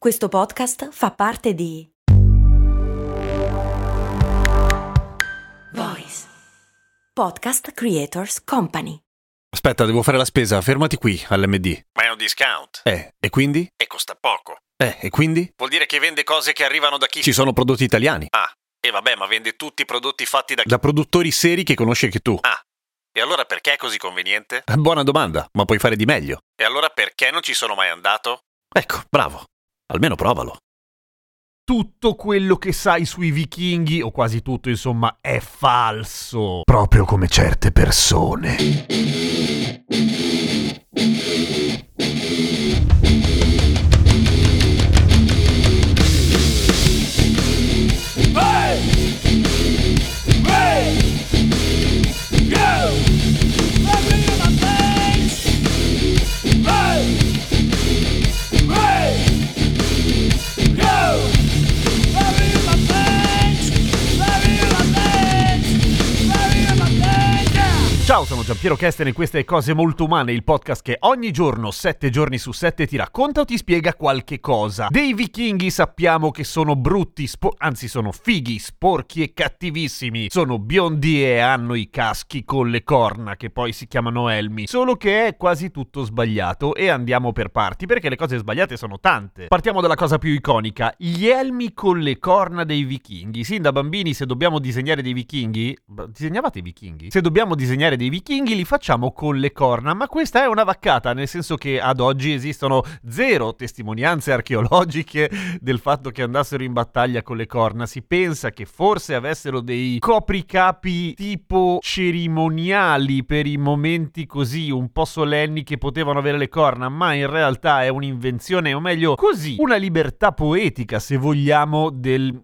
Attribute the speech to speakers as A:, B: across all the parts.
A: Questo podcast fa parte di Voice Podcast Creators Company.
B: Aspetta, devo fare la spesa, fermati qui all'MD.
C: Ma è un discount.
B: E quindi?
C: E costa poco.
B: E quindi?
C: Vuol dire che vende cose che arrivano da chi?
B: Ci sono prodotti italiani.
C: Ah, e vabbè, ma vende tutti i prodotti fatti da chi?
B: Da produttori seri che conosci anche tu.
C: Ah, e allora perché è così conveniente?
B: Buona domanda, ma puoi fare di meglio.
C: E allora perché non ci sono mai andato?
B: Ecco, bravo. Almeno provalo.
D: Tutto quello che sai sui vichinghi, o quasi tutto insomma, è falso. Proprio come certe persone. Ciao, sono Giampiero Kesten e queste è Cose Molto Umane, il podcast che ogni giorno, 7 giorni su 7, ti racconta o ti spiega qualche cosa. Dei vichinghi sappiamo che sono brutti, anzi sono fighi, sporchi e cattivissimi. Sono biondi e hanno i caschi con le corna, che poi si chiamano elmi. Solo che è quasi tutto sbagliato e andiamo per parti, perché le cose sbagliate sono tante. Partiamo dalla cosa più iconica, gli elmi con le corna dei vichinghi. Sin da bambini, se dobbiamo disegnare dei vichinghi... Disegnavate i vichinghi? Se dobbiamo disegnare dei vichinghi li facciamo con le corna, ma questa è una vaccata, nel senso che ad oggi esistono zero testimonianze archeologiche del fatto che andassero in battaglia con le corna. Si pensa che forse avessero dei copricapi tipo cerimoniali per i momenti così un po' solenni che potevano avere le corna, ma in realtà è un'invenzione, o meglio così, una libertà poetica se vogliamo del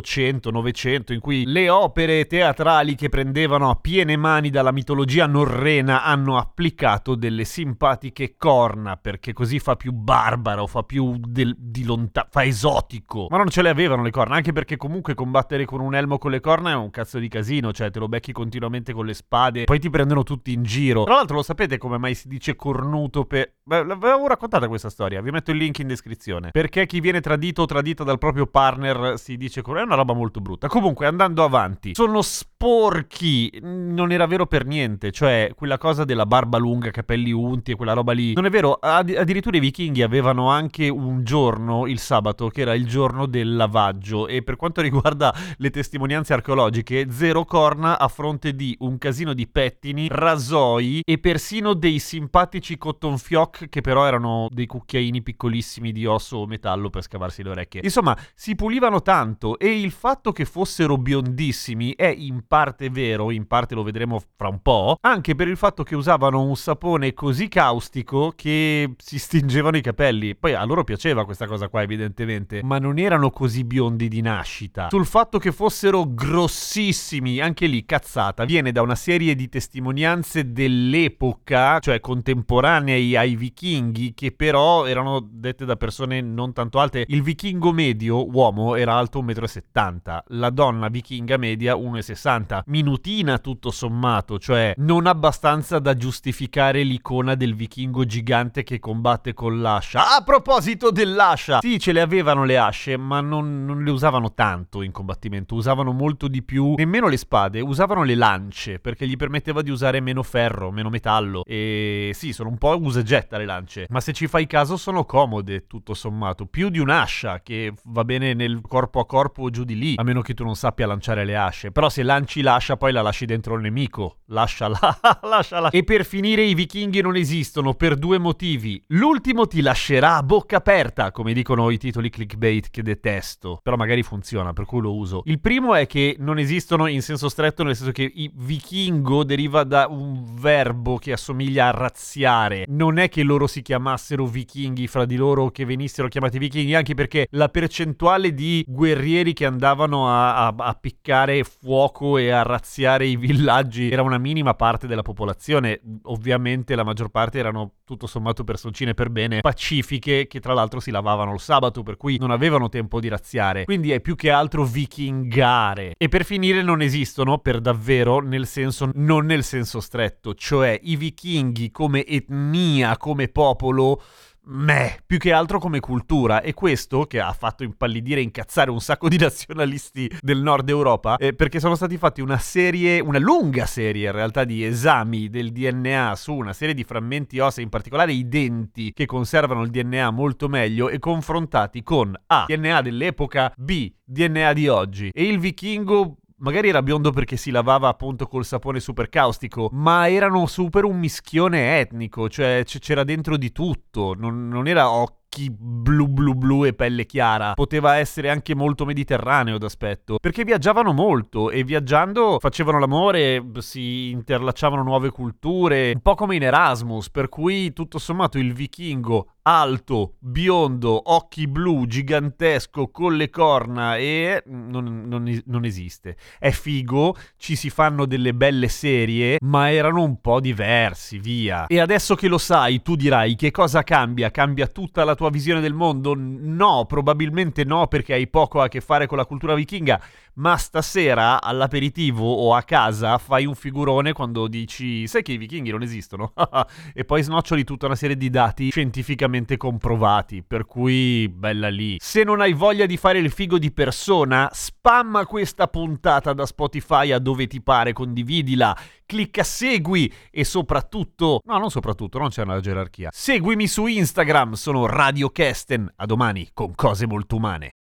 D: 800-900, in cui le opere teatrali che prendevano a piene mani dalla mitologia norrena hanno applicato delle simpatiche corna, perché così fa più barbaro, fa più di lontano, fa esotico. Ma non ce le avevano le corna, anche perché comunque combattere con un elmo con le corna è un cazzo di casino, cioè te lo becchi continuamente con le spade, poi ti prendono tutti in giro. Tra l'altro lo sapete come mai si dice cornuto per... Beh, l'avevo raccontata questa storia, vi metto il link in descrizione. Perché chi viene tradito o tradita dal proprio partner si dice cornuto, è una roba molto brutta. Comunque, andando avanti, sono sporchi, non era vero per niente, cioè quella cosa della barba lunga, capelli unti e quella roba lì, non è vero. Addirittura i vichinghi avevano anche un giorno, il sabato, che era il giorno del lavaggio, e per quanto riguarda le testimonianze archeologiche, zero corna a fronte di un casino di pettini, rasoi e persino dei simpatici cotton fioc che però erano dei cucchiaini piccolissimi di osso o metallo per scavarsi le orecchie. Insomma, si pulivano tanto, e il fatto che fossero biondissimi è in parte vero, in parte lo vedremo fra un po', anche per il fatto che usavano un sapone così caustico che si stingevano i capelli. Poi a loro piaceva questa cosa qua, evidentemente, ma non erano così biondi di nascita. Sul fatto che fossero grossissimi, anche lì cazzata, viene da una serie di testimonianze dell'epoca, cioè contemporanei ai vichinghi, che però erano dette da persone non tanto alte. Il vichingo medio, uomo, era alto 1,70 m, la donna vichinga media 1,60 m, minutina tutto sommato, cioè non abbastanza da giustificare l'icona del vichingo gigante che combatte con l'ascia. A proposito dell'ascia, sì, ce le avevano le asce, ma non le usavano tanto in combattimento, usavano molto di più, nemmeno le spade, usavano le lance, perché gli permetteva di usare meno ferro, meno metallo. E sì, sono un po' usa e getta le lance, ma se ci fai caso sono comode tutto sommato, più di un'ascia che va bene nel corpo a corpo o giù di lì, a meno che tu non sappia lanciare le asce. Però se lanci l'ascia poi la lasci dentro il nemico, lasciala. E per finire, i vichinghi non esistono per due motivi. L'ultimo ti lascerà a bocca aperta, come dicono i titoli clickbait che detesto, però magari funziona, per cui lo uso. Il primo è che non esistono in senso stretto, nel senso che vichingo deriva da un verbo che assomiglia a razziare. Non è che loro si chiamassero vichinghi fra di loro, che venissero chiamati vichinghi, anche perché la percentuale di guerrieri che andavano a piccare fuoco e a razziare i villaggi era una minima parte della popolazione. Ovviamente la maggior parte erano tutto sommato personcine per bene, pacifiche, che tra l'altro si lavavano il sabato, per cui non avevano tempo di razziare. Quindi è più che altro vichingare. E per finire, non esistono per davvero, nel senso, non nel senso stretto, cioè i vichinghi come etnia, come popolo, più che altro come cultura, e questo che ha fatto impallidire e incazzare un sacco di nazionalisti del nord Europa, perché sono stati fatti una lunga serie in realtà di esami del DNA su una serie di frammenti ossei, in particolare i denti che conservano il DNA molto meglio, e confrontati con A, DNA dell'epoca, B, DNA di oggi. E il vichingo magari era biondo perché si lavava appunto col sapone super caustico, ma erano super un mischione etnico, cioè c'era dentro di tutto, non era occhi blu e pelle chiara, poteva essere anche molto mediterraneo d'aspetto, perché viaggiavano molto e viaggiando facevano l'amore, si interlacciavano nuove culture, un po' come in Erasmus, per cui tutto sommato il vichingo alto, biondo, occhi blu, gigantesco, con le corna e non esiste. È figo, ci si fanno delle belle serie, ma erano un po' diversi, via. E adesso che lo sai, tu dirai che cosa cambia? Cambia tutta la tua visione del mondo? No, probabilmente no, perché hai poco a che fare con la cultura vichinga, ma stasera all'aperitivo o a casa fai un figurone quando dici sai che i vichinghi non esistono? E poi snoccioli tutta una serie di dati scientificamente comprovati, per cui bella lì. Se non hai voglia di fare il figo di persona, spamma questa puntata da Spotify a dove ti pare, condividila, clicca segui e soprattutto, no, non soprattutto, non c'è una gerarchia, seguimi su Instagram, sono Radio Kesten. A domani con cose molto umane.